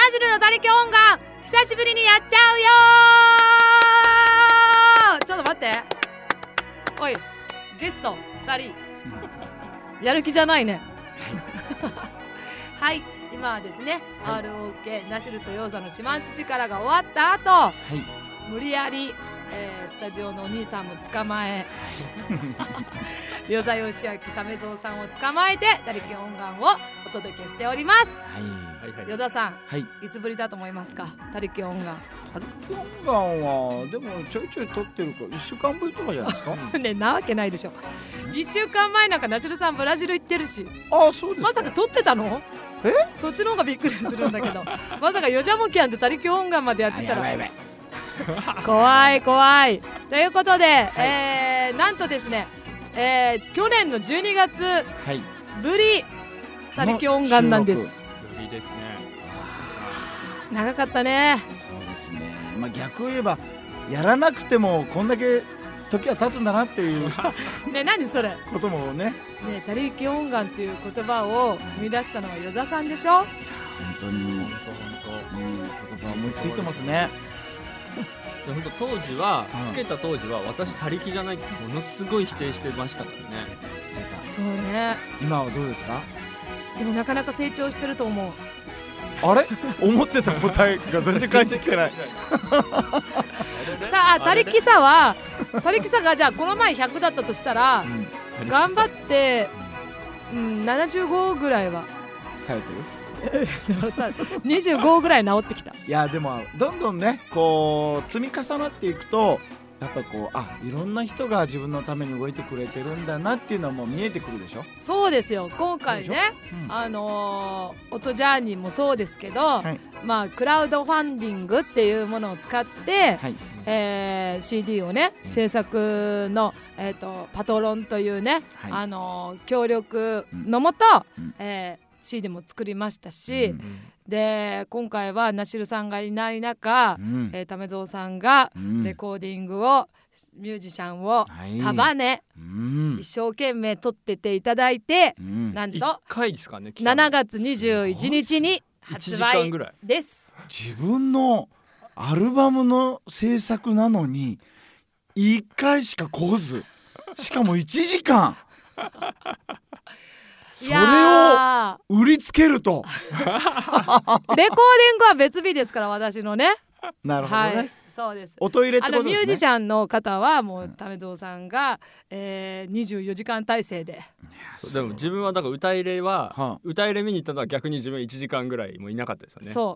ナシルの他力音楽久しぶりにやっちゃうよ。ちょっと待って、おいゲスト2人やる気じゃないねはい、今はですね、はい、ROK ナシルとヨウザの島んち力が終わった後、はい、無理やり、スタジオのお兄さんも捕まえ与座義明亀蔵さんを捕まえて他力音楽をお届けしております。与座さん、はい、いつぶりだと思いますか？他力音楽はでもちょいちょい撮ってるから1週間ぶりとかじゃないですかね、なわけないでしょ。1週間前なんかナシルさんブラジル行ってるし。 あ、そうですか。 まさか撮ってたの？そっちの方がびっくりするんだけどまさかヨジャモキャンで他力音楽までやってたら怖い怖いということで、なんとですね、去年の12月、はい、ぶり他力音楽なんです。ぶりですね。長かったね。 そうですね、まあ、逆を言えばやらなくてもこんだけ時は経つんだなっていうね、何それこともね。 ね、他力音楽っていう言葉を生み出したのは与座さんでしょ。 本当にいい言葉思いついてますね。 本当当時は、つけた当時は私他力じゃないってものすごい否定してましたからね。 そうね。 今はどうですか？ でもなかなか成長してると思う。 あれ思ってた答えが全然返ってきてない他力さは他力さがじゃあこの前100だったとしたら、頑張って、75ぐらいは耐えてる 25ぐらい治ってきた。 いやでもどんどんねこう積み重なっていくとやっぱりこういろんな人が自分のために動いてくれてるんだなっていうのはもう見えてくるでしょ。 そうですよ。今回ね、音ジャーニーもそうですけど、はい、まあクラウドファンディングっていうものを使って、はい、CD をね、制作の、パトロンというね、はい、協力のもと、CD も作りましたし、で今回はナシルさんがいない中、為蔵さんがレコーディングを、ミュージシャンを束ね、一生懸命撮ってていただいて、なんと 1回ですかね、 7月21日に発売です。 自分のアルバムの制作なのに1回しか来ず、しかも1時間それを売りつけるとレコーディングは別日ですから、私のね。 なるほどね、はい、 そうです。 音入れってことですね。 ミュージシャンの方はもう為蔵さんが、24時間体制で。 でも自分はだから歌入れは、歌入れ見に行ったのは逆に自分1時間ぐらいもいなかったですよね。 そう。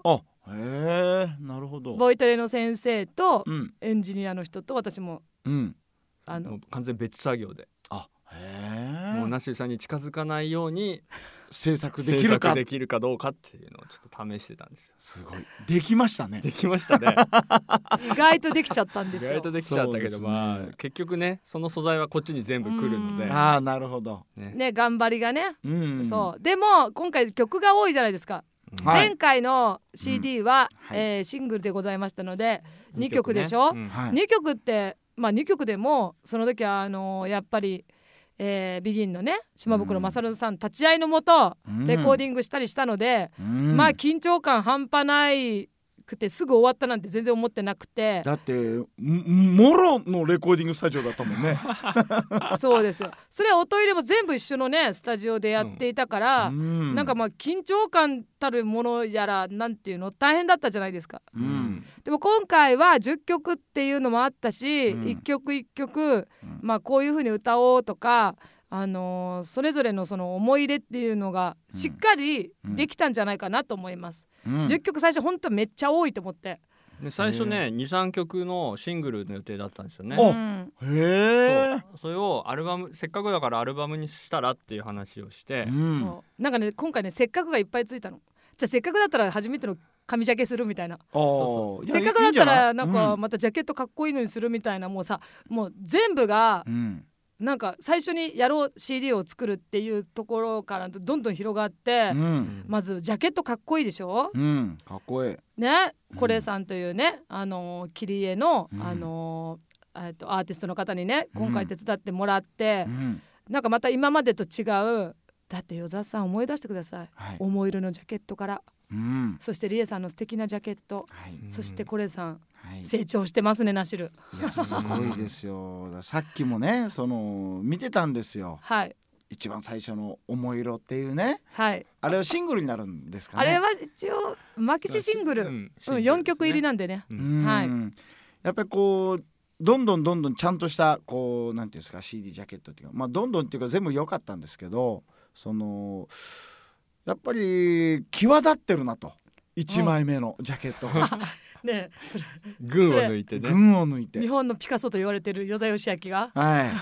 へえ、なるほど。 ボイトレの先生と、エンジニアの人と私も、 もう完全別作業で。もうナシルさんに近づかないように制作できるかどうかっていうのをちょっと試してたんですよ。 すごいできましたね。 できましたね意外とできちゃったんですよ。 意外とできちゃったけど、まあ結局ね、その素材はこっちに全部来るので。 ああ、なるほどね、頑張りがね。そうでも今回曲が多いじゃないですか。前回の CD は、シングルでございましたので2曲でしょ。2曲ってまあ2曲でもその時はやっぱりビギンのね島袋勝さん立ち会いのもとレコーディングしたりしたので、まあ緊張感半端ないくてすぐ終わったなんて全然思ってなくて。 だってもろのレコーディングスタジオだったもんねそうですよ。それ音入れも全部一緒のねスタジオでやっていたから、なんかまあ緊張感たるものやらなんていうの大変だったじゃないですか。でも今回は10曲っていうのもあったし、1曲1曲、まあこういう風に歌おうとか、それぞれのその思い入れっていうのがしっかりできたんじゃないかなと思います。10曲最初本当めっちゃ多いと思って。 最初ね 2,3 曲のシングルの予定だったんですよね。それをアルバム、せっかくだからアルバムにしたらっていう話をして、 そうなんかね今回ねせっかくがいっぱいついたの。じゃあせっかくだったら初めての紙ジャケするみたいな。せっかくだったらなんかまたジャケットかっこいいのにするみたいな、もうさもう全部が、なんか最初にやろう CD を作るっていうところからどんどん広がって、まずジャケットかっこいいでしょ。 かっこいいね。コレさんというね切り絵の、アーティストの方にね今回手伝ってもらって、なんかまた今までと違う。だって与座さん思い出してください、思い入れのジャケットからそしてリエさんの素敵なジャケット、そしてコレさん、成長してますねナシル。 いやすごいですよ。さっきもね見てたんですよ。一番最初の桃色っていうね、あれはシングルになるんですかね。 あれは一応マキシシングル、4曲入りなんでね。 やっぱりこうどんどんちゃんとしたこうなんていうんですか CD ジャケットっていうか、どんどんっていうか全部良かったんですけど、やっぱり際立ってるなと、1枚目のジャケットがね、 群を抜いてね、 群を抜いて日本のピカソと言われてる与座義明が、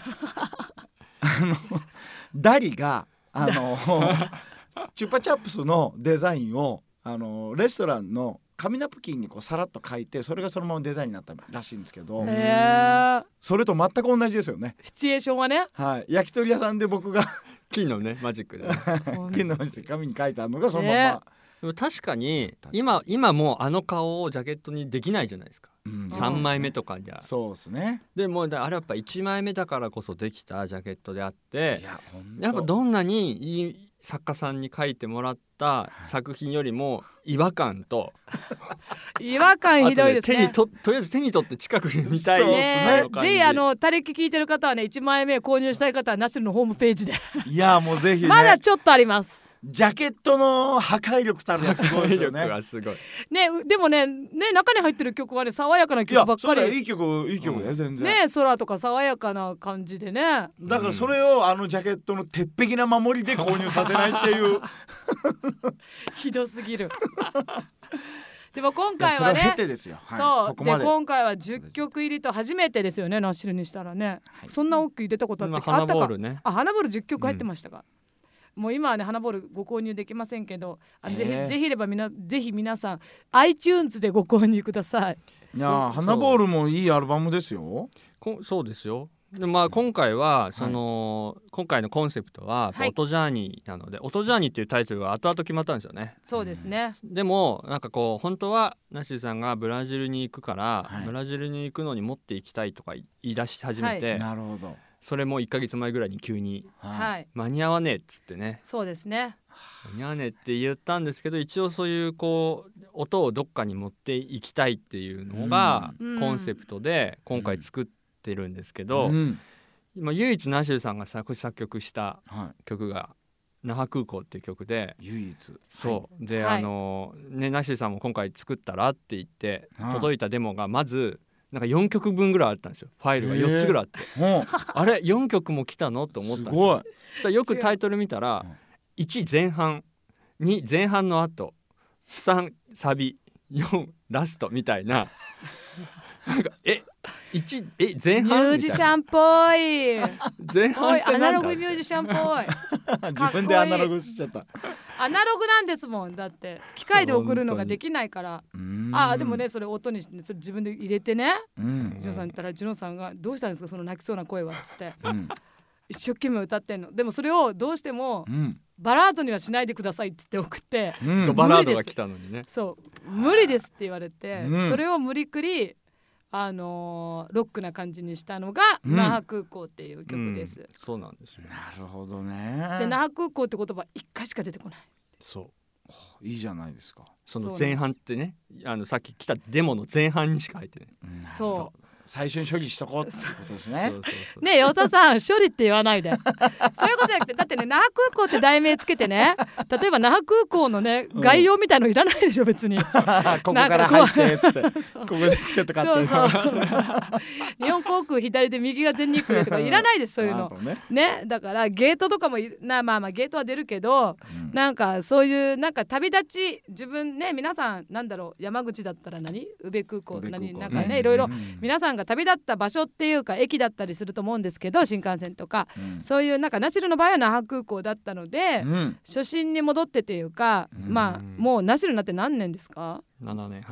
ダリがチュッパチャップスのデザインをレストランの紙ナプキンにこうさらっと書いて、それがそのままデザインになったらしいんですけど、それと全く同じですよね、 シチュエーションはね。 焼き鳥屋さんで僕が金のねマジックで、ね、 金のマジックで紙に書いてあるのがそのまま、 でも確かに今もうあの顔をジャケットにできないじゃないですか、3枚目とかじゃ。 そうですね。 でもあれはやっぱ1枚目だからこそできたジャケットであって、やっぱどんなにいい作家さんに書いてもらった作品よりも違和感と違和感ひどいですね。 とりあえず手に取って近くに見たいね。ぜひ他力聞いてる方はね、1枚目購入したい方はナシルのホームページでいやもうぜひ、ね、 まだちょっとあります。 ジャケットの破壊力たるやつすごいですよね。 すごいね。でもね中に入ってる曲はね爽やかな曲ばっかり。 いい曲だよ全然ね。空とか爽やかな感じでね。 だからそれをジャケットの鉄壁な守りで購入させないっていうひどすぎるでも今回はね、今回は10曲入りと初めてですよね、ナッシュルにしたらね、そんな大きい出たことあったか。 花ボールね。 花ボール10曲入ってましたか。もう今はね花ボールご購入できませんけど、ぜひ皆さん iTunes でご購入ください。 いや花ボールもいいアルバムですよ。 そうですよ。で今回は今回のコンセプトは音ジャーニーなので、音ジャーニーっていうタイトルが後々決まったんですよね。 そうですね。 でもなんかこう本当はナッシーさんがブラジルに行くから、ブラジルに行くのに持っていきたいとか言い出し始めて、 なるほど。 それも1ヶ月前ぐらいに急に、間に合わねえっつってね。 そうですね。 間に合わねえって言ったんですけど、一応そういうこう音をどっかに持っていきたいっていうのがコンセプトで今回作ってるんですけど、今唯一ナッシュさんが作曲した曲が那覇空港っていう曲で、 唯一そうで、ナッシュさんも今回作ったらって言って届いたデモがまずなんか4曲分ぐらいあったんですよ。ファイルが4つぐらいあって、あれ4曲も来たのと思ったんですよ。そしたらよくタイトル見たら1前半、2前半の後、3サビ、4ラストみたいななんか前半ミュージシャンっぽい前半ってなんだ、 アナログミュージシャンっぽい自分でアナログしちゃった。 アナログなんですもん。だって機械で送るのができないから。でもねそれ音にしてそれ自分で入れてね、ジュノさん言ったらジュノさんがどうしたんですかその泣きそうな声はっつって、一生懸命歌ってんの。でもそれをどうしても、バラードにはしないでくださいって言って送って、 バラードが来たのにね、 そう無理ですって言われて、それを無理くりロックな感じにしたのが那覇空港っていう曲です。 そうなんですよ。 なるほどね。 で那覇空港って言葉1回しか出てこない。 そういいじゃないですか。 その前半ってね、さっき来たデモの前半にしか入ってない。 そう最初に処理しとこうってことですね。 ねえ与田さん処理って言わないでそういうことじゃなくて、だってね那覇空港って題名つけてね、例えば那覇空港のね概要みたいのいらないでしょ別にここから入ってっつってここでチケット買って日本航空左で右が全日空とかいらないですそういうのね。だからゲートとかもまあゲートは出るけど、なんかそういうなんか旅立ち、自分ね皆さんなんだろう、山口だったら宇部空港なんかねいろいろ皆さんが旅立った場所っていうか駅だったりすると思うんですけど、新幹線とか、そういうなんかナシルの場合は那覇空港だったので、初心に戻ってっていうか、もうナシルになって何年ですか ？7年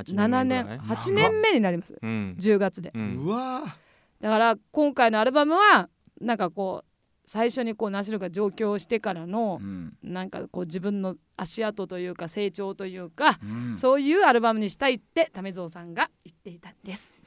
8年目になります、10月で、 うわだから今回のアルバムはなんかこう最初にこうナシルが上京してからの、なんかこう自分の足跡というか成長というか、そういうアルバムにしたいって為蔵さんが言っていたんです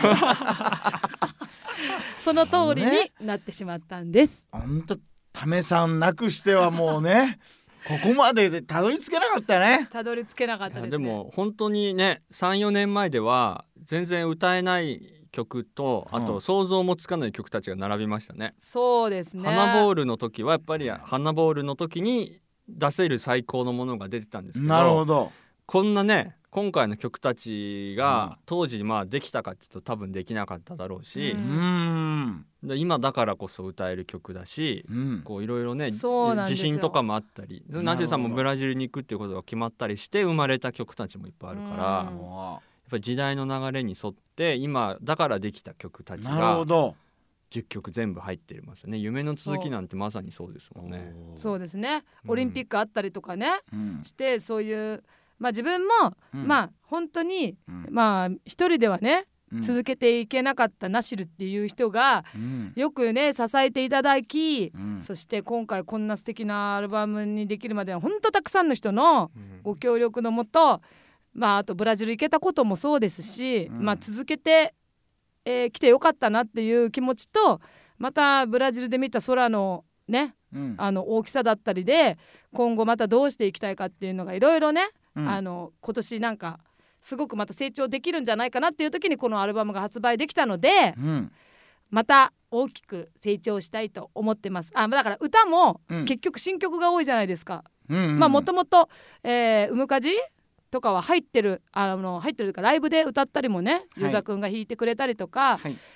その通りになってしまったんです。 本当為さんなくしてはもうねここまでたどり着けなかったね。 たどり着けなかったですね。 でも本当にね 3,4 年前では全然歌えない曲とあと想像もつかない曲たちが並びましたね。 そうですね。 花ボールの時はやっぱり花ボールの時に出せる最高のものが出てたんですけど、 なるほど。 こんなね今回の曲たちが当時できたかっていうと多分できなかっただろうし、で今だからこそ歌える曲だし、こういろいろね自信とかもあったり、ナシさんもブラジルに行くっていうことが決まったりして生まれた曲たちもいっぱいあるから、やっぱり時代の流れに沿って今だからできた曲たちが10曲全部入ってますよね。夢の続きなんてまさにそうですもんね。 そうですね。オリンピックあったりとかね、してそういう自分も、本当に、一人ではね、続けていけなかったナシルっていう人が、よくね支えていただき、そして今回こんな素敵なアルバムにできるまでは本当たくさんの人のご協力のもと、あとブラジル行けたこともそうですし、続けて来てよかったなっていう気持ちと、またブラジルで見た空のね、大きさだったりで今後またどうしていきたいかっていうのがいろいろね、今年なんかすごくまた成長できるんじゃないかなっていう時にこのアルバムが発売できたので、また大きく成長したいと思ってます。だから歌も結局新曲が多いじゃないですか。もともとうむかじとかは入ってるかライブで歌ったりもね、ユーザくんが弾いてくれたりとか、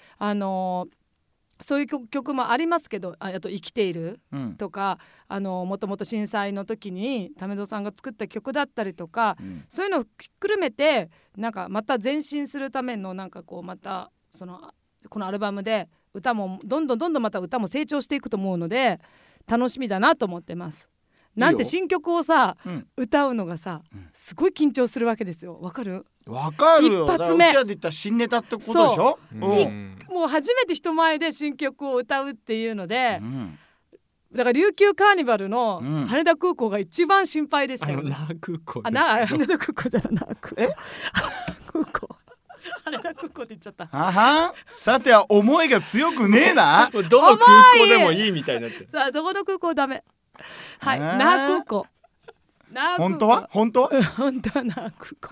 そういう曲もありますけど、あと生きているとか、もともと震災の時に為蔵さんが作った曲だったりとか、そういうのをひっくるめてなんかまた前進するためのなんかこうまたこのアルバムで歌もどんどんまた歌も成長していくと思うので楽しみだなと思ってます。なんて新曲をさ、歌うのがさ、すごい緊張するわけですよ。わかる？ わかるよ。 一発目うちらで言ったら新ネタってことでしょ。 もう初めて人前で新曲を歌うっていうので、だから琉球カーニバルの羽田空港が一番心配でしたよ。 那覇空港ですよ。羽田空港じゃない、那覇空港。空港。羽田空港って言っちゃった。 さては思いが強くねえな。 どの空港でもいいみたいになってる。 さあどこの空港ダメ。はい、那覇空港。 本当は本当は那覇空港。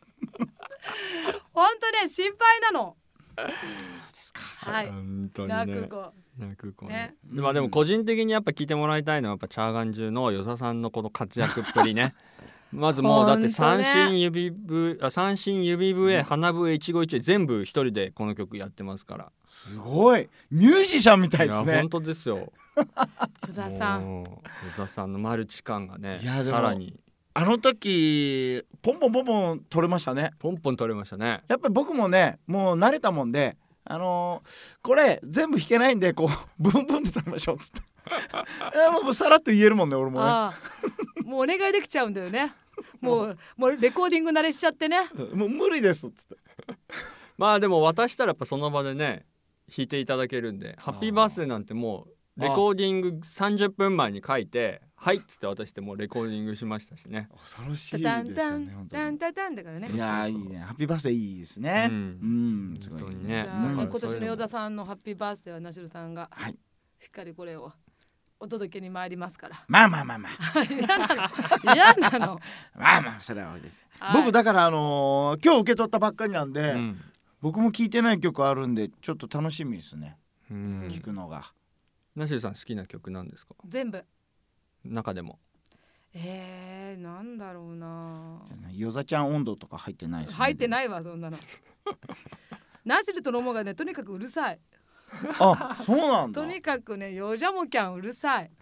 本当ね心配なの。 そうですか。 はい。 本当にね。 那覇空港ね。でも個人的にやっぱ聞いてもらいたいのはやっぱチャーガン中の与座さんのこの活躍っぷりね。まずもうだって三振指笛花笛一期一会全部一人でこの曲やってますから。 すごいミュージシャンみたいですね。 本当ですよ。 与座さんのマルチ感がね、さらにあの時ポンポン取れましたね。 ポンポン取れましたね。 やっぱり僕もねもう慣れたもんで、これ全部弾けないんでこうブンブンで取りましょうっつってもうさらっと言えるもんね俺もね。 もうお願いできちゃうんだよね。もうレコーディング慣れしちゃってね。 もう無理ですっつって。 でも渡したらやっぱその場でね弾いていただけるんで、ハッピーバースデーなんてもうレコーディング30分前に書いてはいっつって渡してもレコーディングしましたしね。 恐ろしいですよね。 タンタンだからね。 いやいいね。ハッピーバースデーいいですね。 本当にね。 今年の与座さんのハッピーバースデーはナシルさんがしっかりこれをお届けに参りますから。 まあ嫌なの。 まあそれはです。僕だから今日受け取ったばっかりなんで、僕も聴いてない曲あるんでちょっと楽しみですね。聴くのが。 ナシルさん好きな曲なんですか？ 全部。 中でも。 なんだろうな。 与座ちゃん温度とか入ってないですね。 入ってないわそんなの。ナシルとロモがねとにかくうるさい。 そうなんだ。 とにかくねヨジャモキャンうるさい。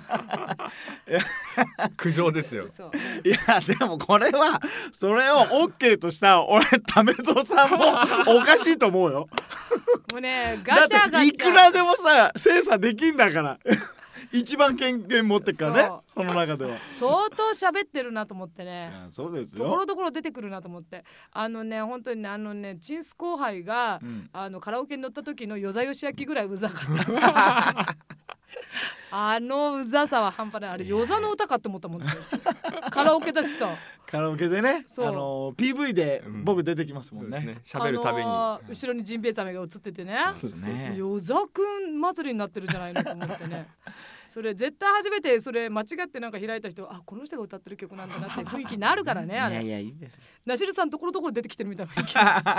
苦情ですよ。 いやでもこれはそれを OK とした為蔵さんもおかしいと思うよ。 もうねガチャガチャだっていくらでもさ精査できんだから一番権限持ってっからね。その中では相当喋ってるなと思ってね。 そうですよ。 ところどころ出てくるなと思って、本当にねチンス後輩が、カラオケに乗った時の与座義明ぐらいうざかったうざさは半端ない。あれ与座の歌かって思ったもんね。カラオケだしさ。 カラオケでね、PV で僕出てきますもんね。 喋るたびに後ろにジンベエザメが映っててね、 そうですね。 与座くん祭りになってるじゃないのと思ってね。それ絶対初めてそれ間違ってなんか開いた人、あ、この人が歌ってる曲なんだなって雰囲気になるからね。あれ。 いやいいです。 ナシルさんところどころ出てきてるみたいな雰囲気。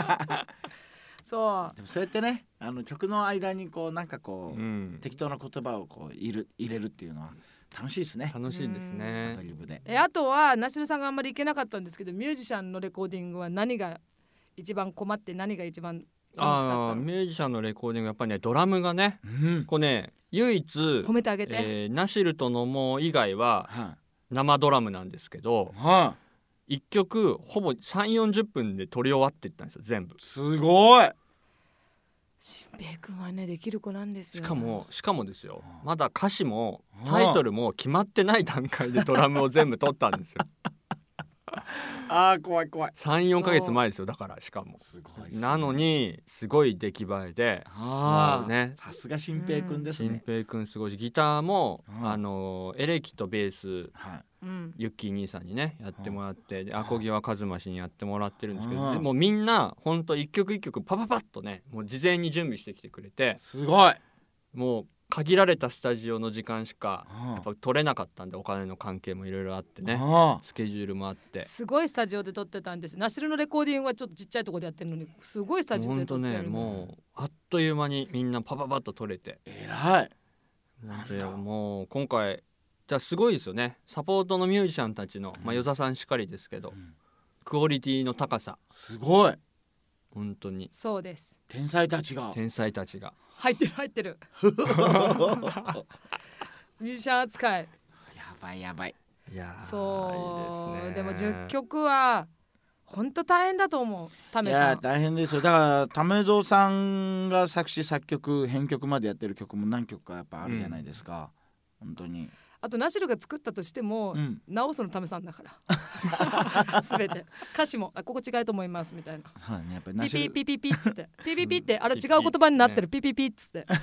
そう。 でもそうやってね、曲の間にこうなんかこう、適当な言葉をこう入れるっていうのは楽しいですね。 楽しいですね。 アドリブで。 あとはナシルさんがあんまりいけなかったんですけど、ミュージシャンのレコーディングは何が一番困って、何が一番楽しかった？ ミュージシャンのレコーディングやっぱりね、ドラムがね、こうね、唯一褒めてあげて、 ナシルとノモ以外は生ドラムなんですけど、1曲ほぼ 3,40 分で撮り終わっていったんですよ、全部。 すごい。 しんべヱ君はね、できる子なんですよ。 しかもですよ、まだ歌詞もタイトルも決まってない段階でドラムを全部撮ったんですよ。 怖い。 3,4 ヶ月前ですよ。だからしかもすごい。 なのにすごい出来栄えで、 ね、さすがしんぺいくんですね。 しんぺいくんすごいし、ギターもエレキとベース、ユッキー兄さんにねやってもらって、アコギはカズマ氏にやってもらってるんですけど、もうみんなほんと一曲一曲パパパッとね、もう事前に準備してきてくれて、 すごい。 もう限られたスタジオの時間しかやっぱ取れなかったんで、お金の関係もいろいろあってね、スケジュールもあって、すごいスタジオで撮ってたんです。ナシルのレコーディングはちょっとちっちゃいところでやってるのに、すごいスタジオで撮ってるの。 もうあっという間にみんなパパパッと撮れて、 偉い。 もう今回じゃすごいですよね。サポートのミュージシャンたちの、与座さんしかりですけど、クオリティの高さ、 すごい。 本当にそうです。 天才たちが入ってるミュージシャン扱いやばい。 いやそういいですね。 でも10曲は本当大変だと思う。タメさん。 いや大変ですよ。だからタメゾウさんが作詞作曲編曲までやってる曲も何曲かやっぱあるじゃないですか、本当に。 あとナシルが作ったとしても、直すのタメさんだから全て歌詞もここ違いと思いますみたいな、 やっぱりピピピピピッつってピピピってあれ違う言葉になってる、ピピピッつって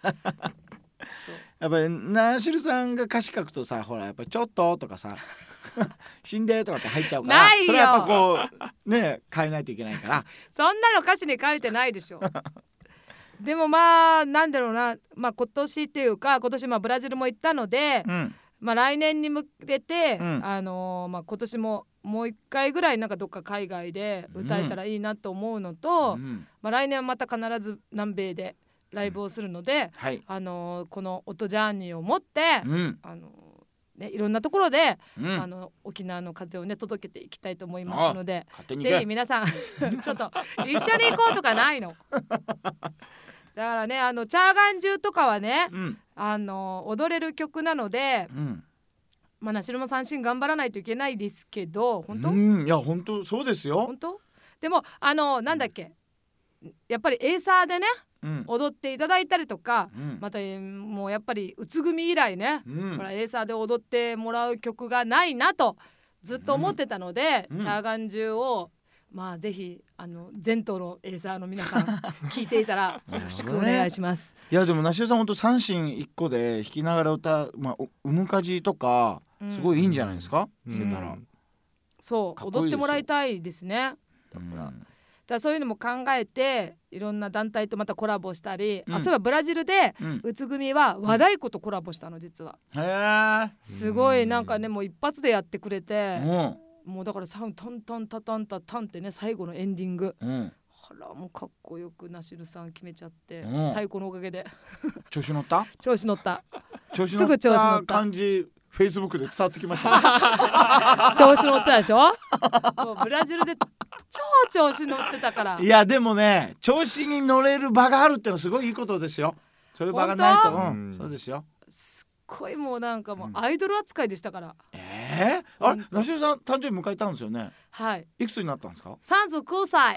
やっぱりナシルさんが歌詞書くとさ、ほらやっぱりちょっととかさ死んでとかって入っちゃうから、 ないよ、 それはやっぱこうね変えないといけないから。 そんなの歌詞に書いてないでしょでもなんだろうな、今年っていうか今年ブラジルも行ったので、来年に向けて、今年ももう一回ぐらいなんかどっか海外で歌えたらいいなと思うのと、来年はまた必ず南米でライブをするので、この音ジャーニーを持って、いろんなところで、沖縄の風をね届けていきたいと思いますので、ぜひ皆さんちょっと一緒に行こうとかないのだからね、チャーガンジュとかはね、踊れる曲なので、ナシルも三振頑張らないといけないですけど、本当？ いや本当そうですよ。 本当？でもなんだっけ、やっぱりエイサーでね、踊っていただいたりとか、またもうやっぱりうつ組以来ね、ほらエイサーで踊ってもらう曲がないなとずっと思ってたので、チャーガンジュをぜひ全島のエイサーの皆さん聞いていたらよろしくお願いします。 いやでもナシルさん本当三振1個で弾きながら歌う、うむかじとかすごいいいんじゃないですか、弾けたら。 そう踊ってもらいたいですね。だからそういうのも考えて、いろんな団体とまたコラボしたり、そういえばブラジルでうつ組は和太鼓とコラボしたの、実は。すごいなんかね、もう一発でやってくれて、もうだからタンタンタタンタタンってね、最後のエンディング、もうかっこよくナシルさん決めちゃって、太鼓のおかげで調子乗ったすぐ調子乗った感じ、フェイスブックで伝わってきました調子乗ったでしょもうブラジルで超調子乗ってたから。 いやでもね、調子に乗れる場があるってのはすごいいいことですよ。そういう場がないと、そうですよ。 すっごいもうなんかもうアイドル扱いでしたから。 あれ、ナシルさん誕生日迎えたんですよね。 はい。 いくつになったんですか ？39歳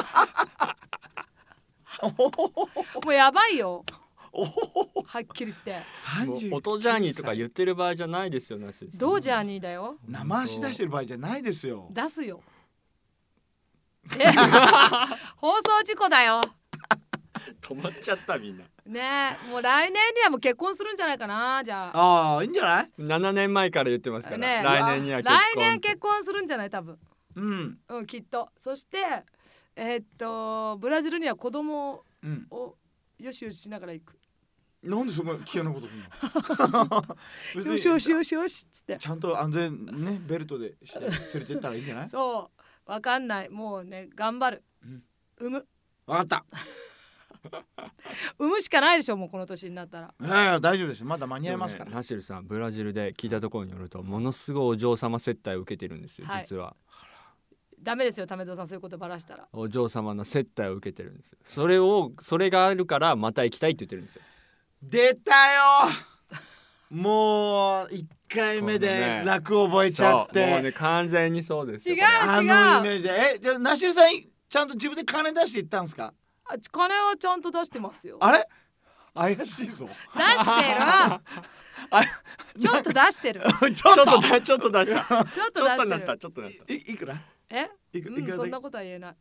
もうやばいよはっきり言って。 音ジャーニーとか言ってる場合じゃないですよ。ナシルさんどうジャーニーだよ。 生足出してる場合じゃないですよ。 出すよ放送事故だよ止まっちゃったみんな。 ねえ、もう来年にはもう結婚するんじゃないかな。じゃあああいいんじゃない。 7年前から言ってますから、 ね、 来年には結婚。 来年結婚するんじゃない多分。 うんきっと。そしてブラジルには子供をよしよししながら行く。 なんでそんな危険なことするのよしよしよしよしっつってちゃんと安全ねベルトでして連れてったらいいんじゃない。 そうわかんない。もうね頑張る、産む。 わかった。 産むしかないでしょもうこの年になったら。 いやいや大丈夫ですよまだ間に合いますから、 ナシルさんブラジルで聞いたところによるとものすごいお嬢様接待を受けてるんですよ、実は。 ダメですよ為蔵さんそういうことばらしたら。 お嬢様の接待を受けてるんですよ。それがあるからまた行きたいって言ってるんですよ。 出たよもう1回目で楽覚えちゃって、 もうね完全にそうですよ。 違うあのイメージじゃあナシルさんちゃんと自分で金出していったんですか。 金はちゃんと出してますよ。 あれ怪しいぞ。 出してるちょっと出してるちょっと出したちょっと出してる。 ちょっとなったいくらいくらそんなことは言えない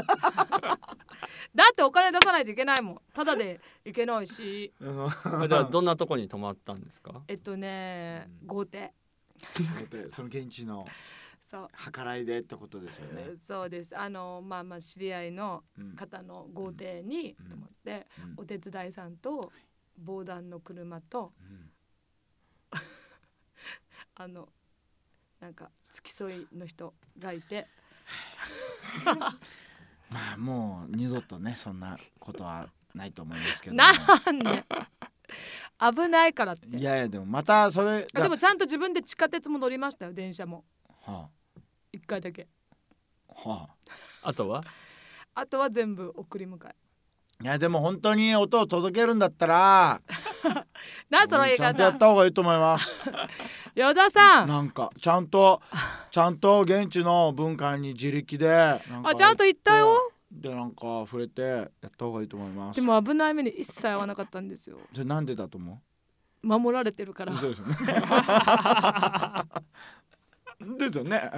だってお金出さないといけないもん。ただでいけないしじゃあどんなとこに泊まったんですか。 豪邸その現地のそう計らいでってことですよね。 そうです。知り合いの方の豪邸に泊まって、お手伝いさんと防弾の車と、なんか付き添いの人がいてまあもう二度とねそんなことはないと思いますけども。 なんで危ないからって。 いやいやでもまたそれでもちゃんと自分で地下鉄も乗りましたよ。電車も1回だけ。 あとは全部送り迎え。 いやでも本当に音を届けるんだったらなんその言い方。 ちゃんとやった方がいいと思います与田さんなんかちゃんと現地の文化に自力でちゃんと言ったよ。 でなんか触れてやった方がいいと思います。 でも危ない目に一切合わなかったんですよ。 それなんでだと思う。守られてるから。 そうですよねですよね、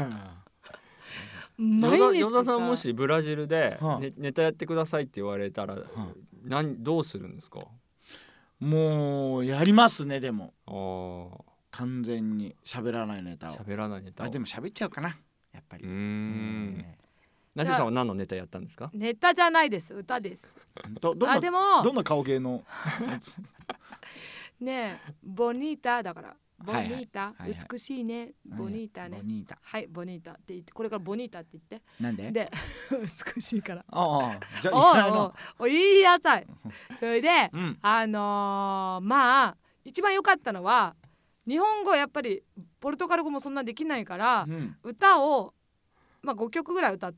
与田さんもしブラジルで、ネタやってくださいって言われたら、どうするんですか。 もうやりますね。でも完全に喋らないネタを。 でも喋っちゃうかなやっぱり。 ナシさんは何のネタやったんですか。 ネタじゃないです、歌です。 どんな顔芸のねえボニータだからボニータ、美しいね、ボニータね、はい、ボニータって言って、これからボニータって言って。 なんで美しいから。 じゃあ言いなさいそれで、一番良かったのは日本語、やっぱりポルトガル語もそんなできないから、歌を5曲ぐらい歌って、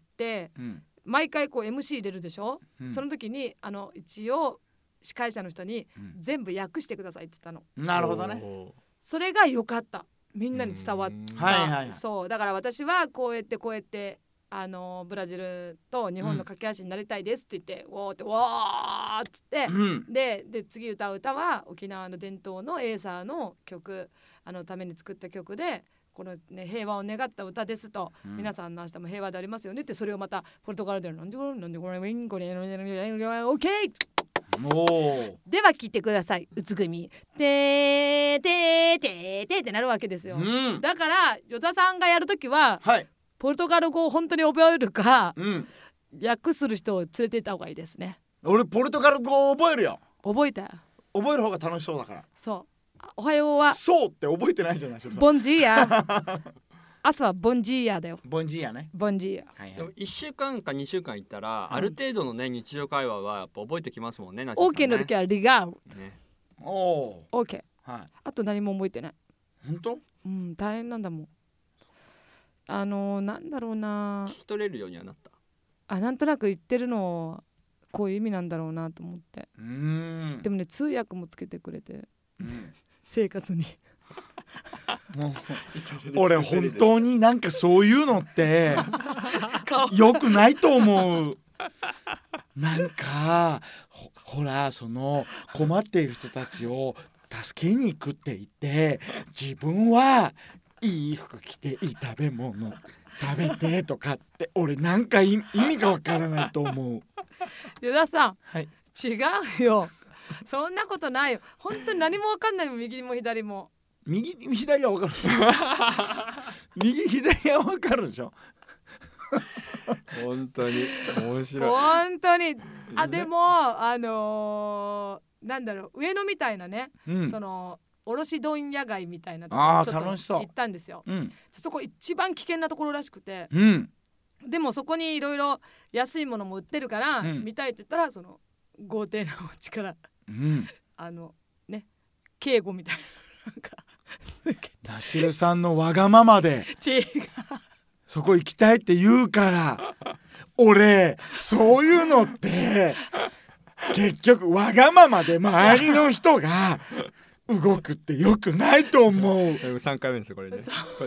毎回こう MC 入れるでしょ、その時に一応司会者の人に全部訳してくださいって言ったの。 なるほどね。 それが良かった。みんなに伝わった。そうだから私はこうやってブラジルと日本の架け橋になりたいですって言って、おーってわーっつって、で次歌う歌は沖縄の伝統のエーサーの曲ために作った曲で、このね平和を願った歌ですと、皆さんの明日も平和でありますよねって、それをまたポルトガルでなんでこれオッケーでは聞いてください。うつぐみてーてーてーてーってなるわけですよ、だから与田さんがやるときは、ポルトガル語を本当に覚えるか、訳する人を連れて行った方がいいですね。 俺ポルトガル語覚えるよ。 覚えた。 覚える方が楽しそうだから。 そう、おはようはそうって覚えてないじゃない。 ボンジーヤ朝はボンジーヤだよ。 ボンジーヤね。 ボンジーヤ。 でも1週間か2週間行ったら、ある程度のね日常会話はやっぱ覚えてきますもんね。 オーケーの時はリガール。 オーケー。あと何も覚えてない。 本当？ 大変なんだもん。なんだろうな。 聞き取れるようにはなった。 なんとなく言ってるのこういう意味なんだろうなと思って。でもね通訳もつけてくれて、生活に。 俺本当になんかそういうのって良くないと思う。なんかほらその困っている人たちを助けに行くって言って、自分はいい服着ていい食べ物食べてとかって、俺なんか意味がわからないと思う。 与田さん、 違うよそんなことないよ本当に何も分かんないもん右も左も右左は分かるでしょ右左は分かるでしょ本当に面白い本当にでもなんだろう上野みたいなね、その卸問屋街みたいなところちょっと行ったんですよ、そこ一番危険なところらしくて、でもそこにいろいろ安いものも売ってるから、見たいって言ったらその豪邸のお家から、ね警護みたいななんかナシルさんのわがままで違うそこ行きたいって言うから俺そういうのって結局わがままで周りの人が動くってよくないと思う 3回目ですよこれね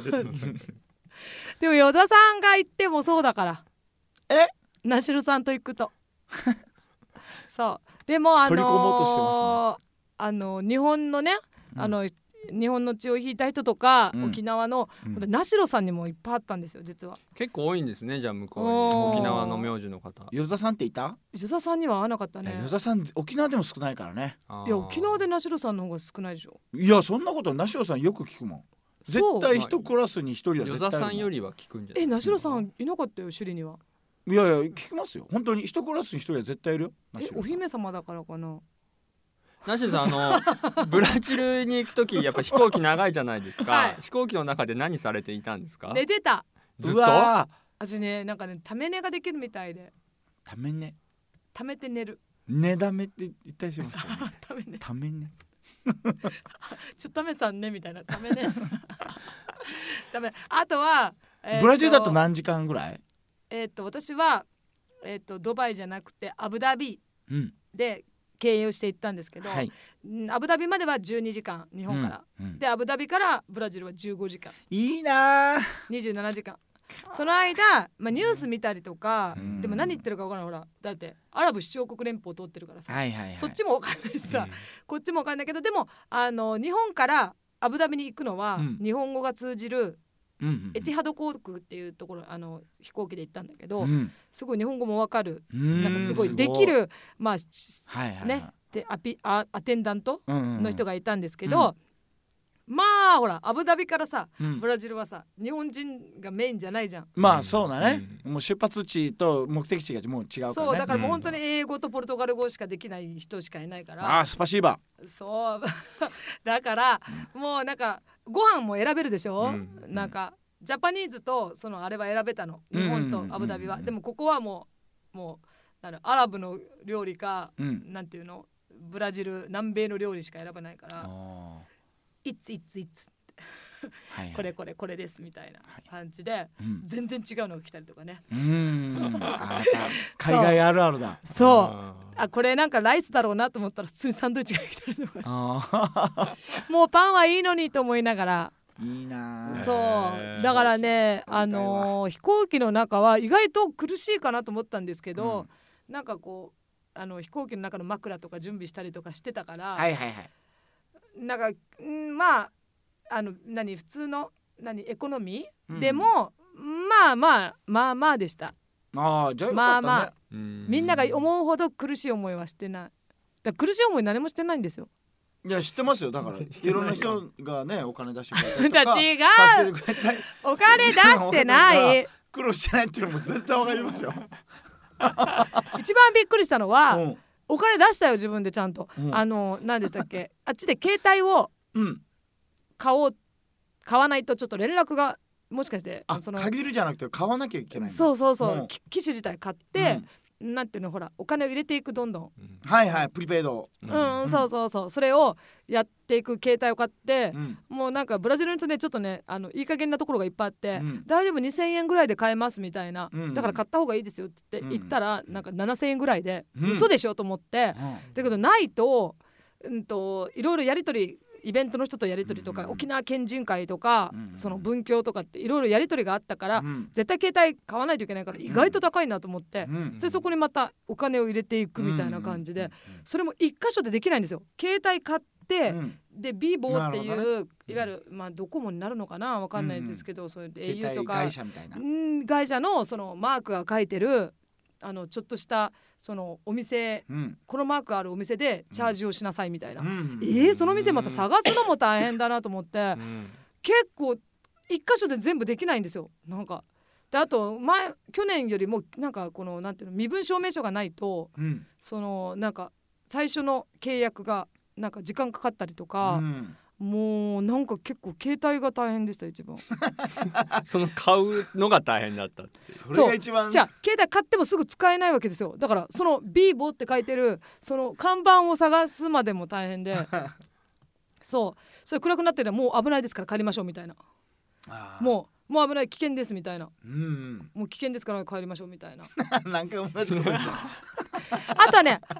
でも与田さんが行ってもそうだからナシルさんと行くとそうでも取り込もうとしてますね日本のね日本の血を引いた人とか、沖縄の、ナシロさんにもいっぱいあったんですよ実は結構多いんですねじゃあ向こうに沖縄の名字の方与田さんっていた？ 与田さんには会わなかったね。 与田さん沖縄でも少ないからね。 いや沖縄でナシロさんの方が少ないでしょ。 いやそんなことナシロさんよく聞くもん。絶対一クラスに一人は絶対与田さんよりは聞くんじゃない？ ナシロさんいなかったよ首里には。 いやいや聞きますよ本当に一クラスに一人は絶対いるよ。 お姫様だからかな。 ナシルさんブラジルに行くときやっぱ飛行機長いじゃないですか、飛行機の中で何されていたんですか？ 寝てた。 ずっと？ 私ねなんかねため寝ができるみたいで。 ため寝？ ためて寝る。 寝だめって言ったりしますかね。 ため寝。 ため寝。 ためさんねみたいなため寝。ためあとは、 ブラジルだと何時間ぐらい？ 私はドバイじゃなくてアブダビで。経由して行ったんですけど、アブダビまでは12時間日本から、でアブダビからブラジルは15時間いいな 27時間その間、ニュース見たりとか、でも何言ってるか分からないほらだってアラブ首長国連邦通ってるからさ、そっちも分かんないしさ、こっちも分かんないけどでも日本からアブダビに行くのは、日本語が通じるエティハド航空っていうところ飛行機で行ったんだけど、すごい日本語もわかるなんかすごいできるねでアテンダントの人がいたんですけど、まあほらアブダビからさ、ブラジルはさ日本人がメインじゃないじゃん。 まあそうだね、もう出発地と目的地がもう違うからね。 そうだからもう本当に英語とポルトガル語しかできない人しかいないから。 スパシーバ。 そうだからもうなんかご飯も選べるでしょ、なんかジャパニーズとそのあれは選べたの日本とアブダビは。でもここはもうアラブの料理か、なんていうのブラジル南米の料理しか選ばないからいつこれですみたいな感じで、全然違うのが来たりとかね。 海外あるあるだ。 そうこれなんかライスだろうなと思ったら普通にサンドイッチが来たりとかもうパンはいいのにと思いながら。 いいな。 そうだからね飛行機の中は意外と苦しいかなと思ったんですけど、なんかこう飛行機の中の枕とか準備したりとかしてたから、なんかまあ普通のエコノミー、でもまあでした。 じゃあよかったね。 みんなが思うほど苦しい思いはしてない。だ苦しい思い何もしてないんですよ。 いや知ってますよ。だからいろんな人がねお金出してくれたりとか違うお金出してない苦労してないっていうのも絶対わかりますよ。 一番びっくりしたのは、お金出したよ自分でちゃんと。何でしたっけあっちで携帯を買わないとちょっと連絡がもしかして限るじゃなくて買わなきゃいけない。 そう機種自体買って、なんていうのほらお金を入れていくどんどんプリペイド、 そうそれをやっていく携帯を買って、もうなんかブラジルの人ねちょっとねいい加減なところがいっぱいあって、大丈夫2000円ぐらいで買えますみたいな、だから買った方がいいですよって言ったら、なんか7000円ぐらいで、嘘でしょと思って、だけどないといろいろやり取りイベントの人とやり取りとか、沖縄県人会とか、その文教とかっていろいろやり取りがあったから、絶対携帯買わないといけないから意外と高いなと思って、でそこにまたお金を入れていくみたいな感じで、それも一箇所でできないんですよ。携帯買って、でビーボーっていう、いわゆるドコモになるのかなわかんないんですけど、そういう au とか会社みたいな会社のそのマークが書いてるちょっとしたそのお店、このマークあるお店でチャージをしなさいみたいな、その店また探すのも大変だなと思って、結構一箇所で全部できないんですよ。なんかであと去年よりもなんかこのなんていうの身分証明書がないと、そのなんか最初の契約がなんか時間かかったりとか、もうなんか結構携帯が大変でした一番その買うのが大変だったってそれが一番。 じゃあ携帯買ってもすぐ使えないわけですよ。だからそのビーボって書いてるその看板を探すまでも大変でそれ暗くなってるのもう危ないですから帰りましょうみたいな、もう危ない危険ですみたいな、もう危険ですから帰りましょうみたいななんか同じこと言うあとはね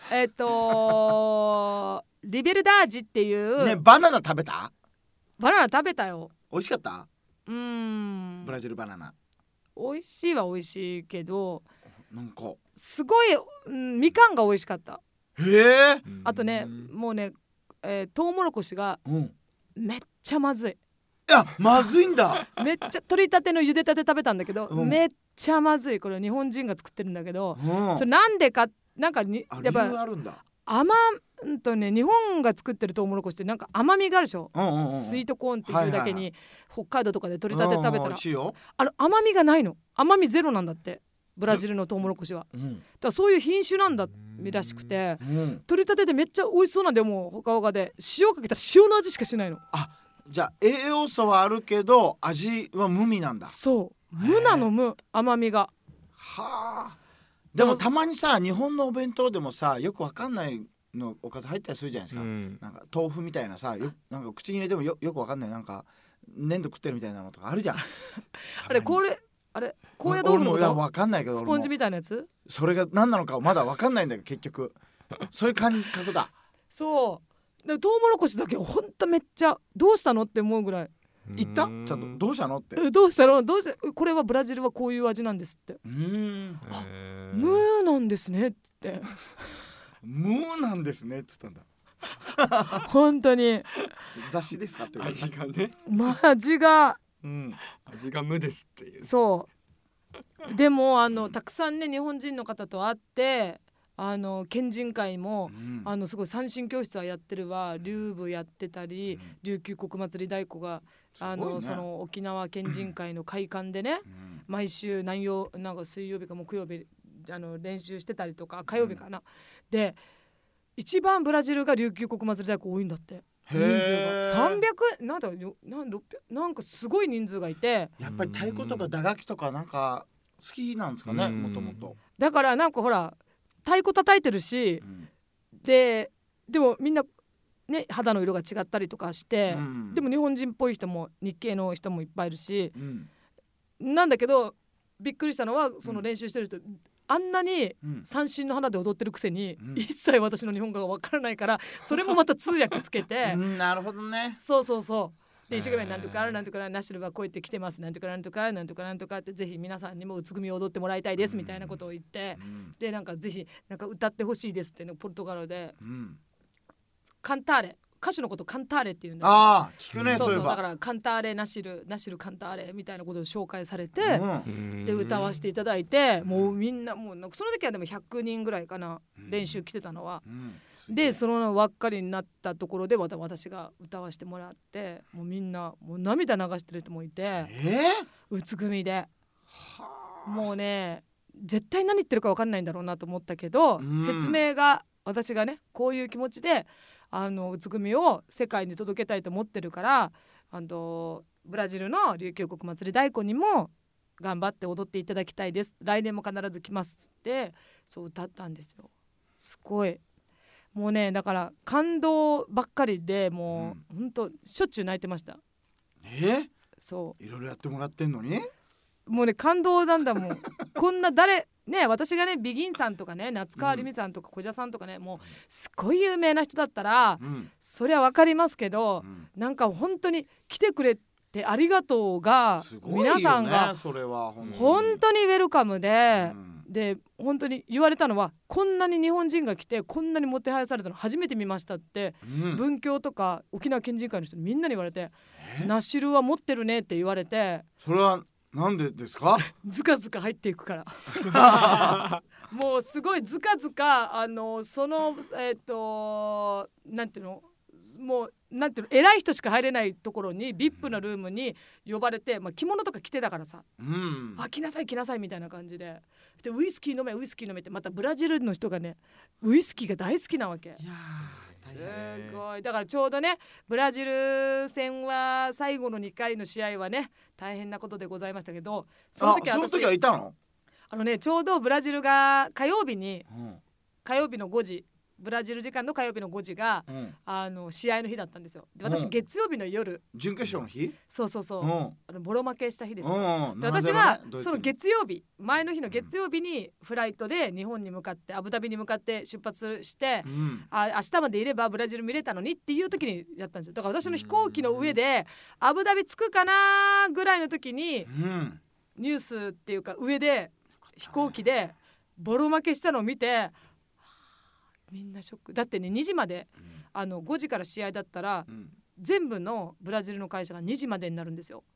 リベルダージっていうね、バナナ食べた？ バナナ食べたよ。 美味しかった？ブラジルバナナ美味しいは美味しいけど、 なんかすごい、みかんが美味しかった。あとね、もうね、トウモロコシがめっちゃまずい。 いや、まずいんだめっちゃ取りたての茹でたて食べたんだけど、めっちゃまずい。これ日本人が作ってるんだけど、それなんでかなんかにやっぱ理由あるんだ。 日本が作ってるトウモロコシってなんか甘みがあるでしょ、スイートコーンっていうだけに、北海道とかで取りたて食べたら、甘みがないの。甘みゼロなんだってブラジルのトウモロコシは、だからそういう品種なんだらしくて、取りたてでめっちゃ美味しそうなんで、もうほかほかで塩かけたら塩の味しかしないの。 じゃあ栄養素はあるけど味は無味なんだ。 そう無なの、無甘みが。 でもたまにさ、日本のお弁当でもさ、よくわかんないのおかず入ったりするじゃないですか、なんか豆腐みたいなさ、なんか口に入れても よくわかんない、なんか粘土食ってるみたいなのとかあるじゃん高野豆腐のこと？わかんないけど、 スポンジみたいなやつ、 それが何なのかまだわかんないんだけど、結局そういう感覚だ。 そうでトウモロコシだけほんとめっちゃどうしたのって思うぐらい。 言ったちゃんとどうしたのって、 どうしたのこれはブラジルはこういう味なんですって。無なんですねって無なんですねっつったんだ本当に雑誌ですかって味がね、 味が、 味が無ですっていう。 そうでもたくさんね日本人の方と会って、県人会も、すごい三線教室はやってるわ、竜舞やってたり、琉球国祭り太鼓がその沖縄県人会の会館でね、毎週なんか水曜日か木曜日練習してたりとか、火曜日かな、で一番ブラジルが琉球国祭り太鼓多いんだって。人数が300なんだ600なんかすごい人数がいて、 やっぱり太鼓とか打楽器とかなんか好きなんですかね、もともと。 だからなんかほら太鼓叩いてるし、でもみんなね肌の色が違ったりとかして、でも日本人っぽい人も日系の人もいっぱいいるし、なんだけどびっくりしたのはその練習してる人、あんなに三振の花で踊ってるくせに、一切私の日本語がわからないから、それもまた通訳つけてなるほどね。 そうで一生懸命なんとかなんとかナシルはこうやって来てます、なんとかなんとかなんとかなんとかって、ぜひ皆さんにもうつぐみを踊ってもらいたいですみたいなことを言って、でなんかぜひなんか歌ってほしいですっていうのポルトガルで、カンターレ、歌手のことカンターレっていうんだ。 聞くね。そうだからカンターレナシルカンターレみたいなことを紹介されて、で歌わせていただいて、もうみんなもうその時はでも100人ぐらいかな、練習来てたのは、でその輪っかりになったところで私が歌わせてもらって、もうみんなもう涙流してる人もいて、うつぐみで、もうね絶対何言ってるか分かんないんだろうなと思ったけど、説明が私がねこういう気持ちでうつぐみを世界に届けたいと思ってるから、ブラジルの琉球国祭り太鼓にも頑張って踊っていただきたいです、来年も必ず来ますってそう歌ったんですよ。すごいもうね、だから感動ばっかりで、もうほんとしょっちゅう泣いてました。そういろいろやってもらってんのにもうね感動なんだもんこんな私がねビギンさんとかね夏川りみさんとか小蛇さんとかね、もうすごい有名な人だったら、そりゃ分かりますけど、なんか本当に来てくれてありがとうが、皆さんが本当にウェルカムで、で本当に言われたのは、こんなに日本人が来てこんなにもてはやされたの初めて見ましたって、文教とか沖縄県人会の人にみんなに言われて、ナシルは持ってるねって言われて、 それはなんでですか？ ずかずか入っていくからもうすごいずかずかそのなんていうの、もうなんていうの、偉い人しか入れないところに VIP なルームに呼ばれて、着物とか着てたからさ、来なさい来なさいみたいな感じで、ウイスキー飲めウイスキー飲めって、またブラジルの人がねウイスキーが大好きなわけ。いやすごい。だからちょうどねブラジル戦は最後の2回の試合はね大変なことでございましたけど、 その時はいたの？ ちょうどブラジルが火曜日の5時、ブラジル時間の火曜日の5時が、試合の日だったんですよ。で私、月曜日の夜、 準決勝の日、 そうボロ負けした日ですよ。で私はその月曜日、前の日の月曜日にフライトで日本に向かってアブダビに向かって出発して、明日までいればブラジル見れたのにっていう時にやったんですよ。だから私の飛行機の上でアブダビ着くかなぐらいの時に、ニュースっていうか上で飛行機でボロ負けしたのを見て、みんなショックだってね。2時まで、5時から試合だったら、全部のブラジルの会社が2時までになるんですよ。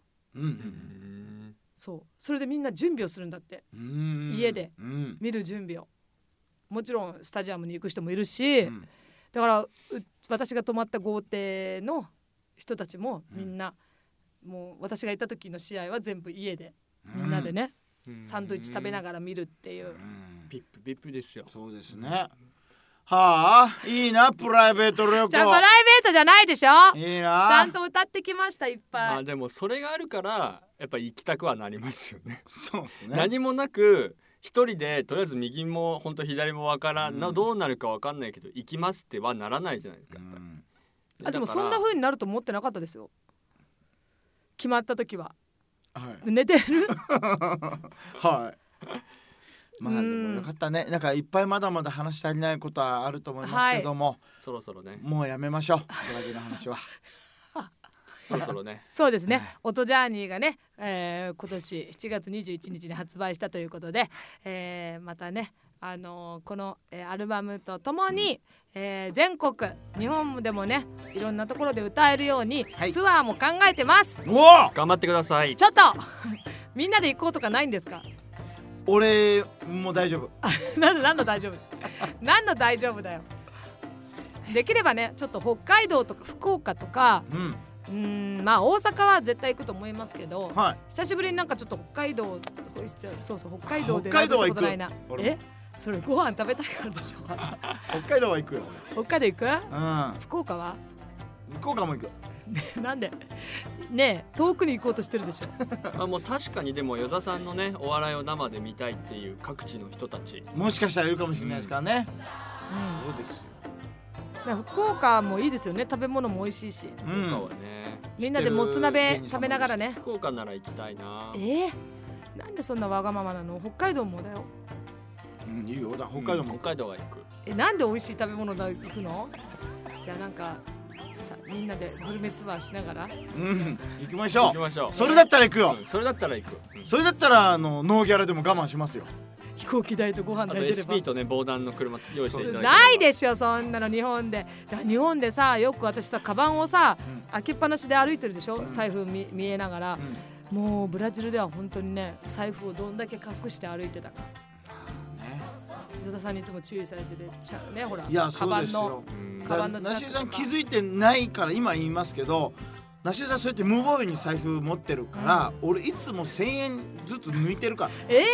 それでみんな準備をするんだって、家で見る準備を。もちろんスタジアムに行く人もいるし、だから私が泊まった豪邸の人たちもみんな、もう私がいた時の試合は全部家でみんなでね、サンドイッチ食べながら見るっていう。 ビップですよ。 そうですね。はあ、いいなプライベート旅行。 じゃあプライベートじゃないでしょ。 いいな。 ちゃんと歌ってきましたいっぱい。 でもそれがあるからやっぱ行きたくはなりますよね。 そうですね。 何もなく一人でとりあえず右も本当左もわからん、どうなるかわかんないけど行きますってはならないじゃないですか。 でもそんな風になると思ってなかったですよ。決まった時は、寝てるはいでもよかったね。なんかいっぱいまだまだ話し足りないことはあると思いますけども、 そろそろねもうやめましょう、ブラジルの話はそろそろねそうですね、音ジャーニーがね、今年7月21日に発売したということで、またねこの、アルバムとともに、全国日本でもねいろんなところで歌えるように、ツアーも考えてます。 頑張ってください。 ちょっとみんなで行こうとかないんですか？ 俺もう大丈夫何の大丈夫何の大丈夫だよ。できればねちょっと北海道とか福岡とか、大阪は絶対行くと思いますけど、久しぶりになんかちょっと北海道北海道で北海道は行く。 それご飯食べたいからでしょ北海道は行くよ。 北海道行く？福岡は？ 福岡も行くなんでねえ遠くに行こうとしてるでしょもう確かに。でも与田さんのねお笑いを生で見たいっていう各地の人たちもしかしたらいるかもしれないですからね。そうですよ。 福岡もいいですよね。食べ物も美味しいし、 福岡はねみんなでもつ鍋食べながらね。 福岡なら行きたいな。 なんでそんなわがままなの？北海道もだよ。 いいよ。だ北海道も。 北海道は行く。 なんで美味しい食べ物だ行くの？じゃあなんかみんなでグルメツアーしながら行きましょう。それだったら行くよ。 それだったら行く。 それだったらノーギャラでも我慢しますよ。 飛行機代とご飯代出れば。 あと SP とね防弾の車用意していただいて。 ないでしょそんなの日本で。日本でさよく私さカバンをさ、開けっぱなしで歩いてるでしょ、財布見えながら、もうブラジルでは本当にね財布をどんだけ隠して歩いてたか。伊田さんにいつも注意されててね、ほらカバンのナシエさん気づいてないから今言いますけど、ナシエさんそうやって無防備に財布持ってるから、俺いつも1000円ずつ抜いてるから。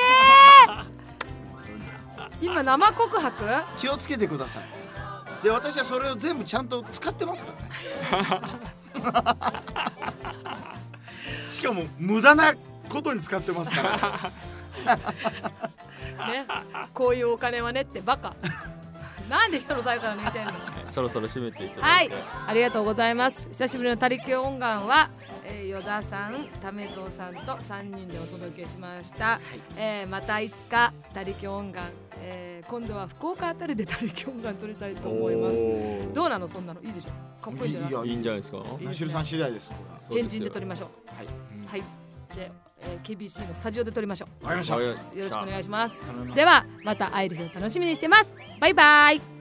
今生告白？ 気をつけてください。で私はそれを全部ちゃんと使ってますからねしかも無駄なことに使ってますからね、こういうお金はねってバカなんで人の財布から抜いてんのそろそろ締めていただいて。 ありがとうございます。久しぶりの他力音願は、与田さん、為蔵さんと3人でお届けしました、またいつか他力音願、今度は福岡あたりで他力音願取りたいと思います。どうなのそんなの？いいでしょ、かっこいいじゃない？ いいんじゃないですか。 ナシルさん次第です。 天神で撮りましょう。はい、でKBC のスタジオで撮りましょう。 わかりました。 よろしくお願いします。ではまた会える日を楽しみにしてます。バイバイ。